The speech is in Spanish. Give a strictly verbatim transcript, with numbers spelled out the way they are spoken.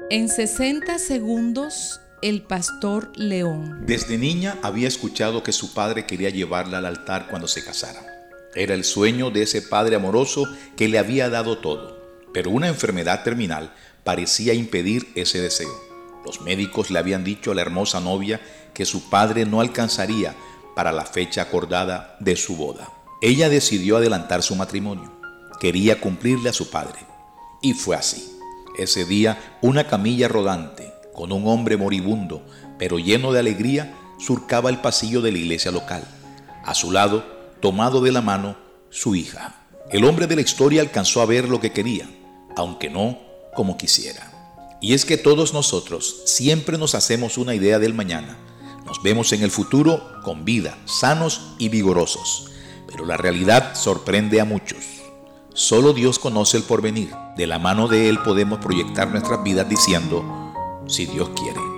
En sesenta segundos, el pastor León. Desde niña había escuchado que su padre quería llevarla al altar cuando se casara. Era el sueño de ese padre amoroso que le había dado todo, pero una enfermedad terminal parecía impedir ese deseo. Los médicos le habían dicho a la hermosa novia que su padre no alcanzaría para la fecha acordada de su boda. Ella decidió adelantar su matrimonio. Quería cumplirle a su padre. Y fue así. Ese día, una camilla rodante, con un hombre moribundo, pero lleno de alegría, surcaba el pasillo de la iglesia local. A su lado, tomado de la mano, su hija. El hombre de la historia alcanzó a ver lo que quería, aunque no como quisiera. Y es que todos nosotros siempre nos hacemos una idea del mañana. Nos vemos en el futuro con vida, sanos y vigorosos. Pero la realidad sorprende a muchos. Solo Dios conoce el porvenir. De la mano de Él podemos proyectar nuestras vidas diciendo, si Dios quiere.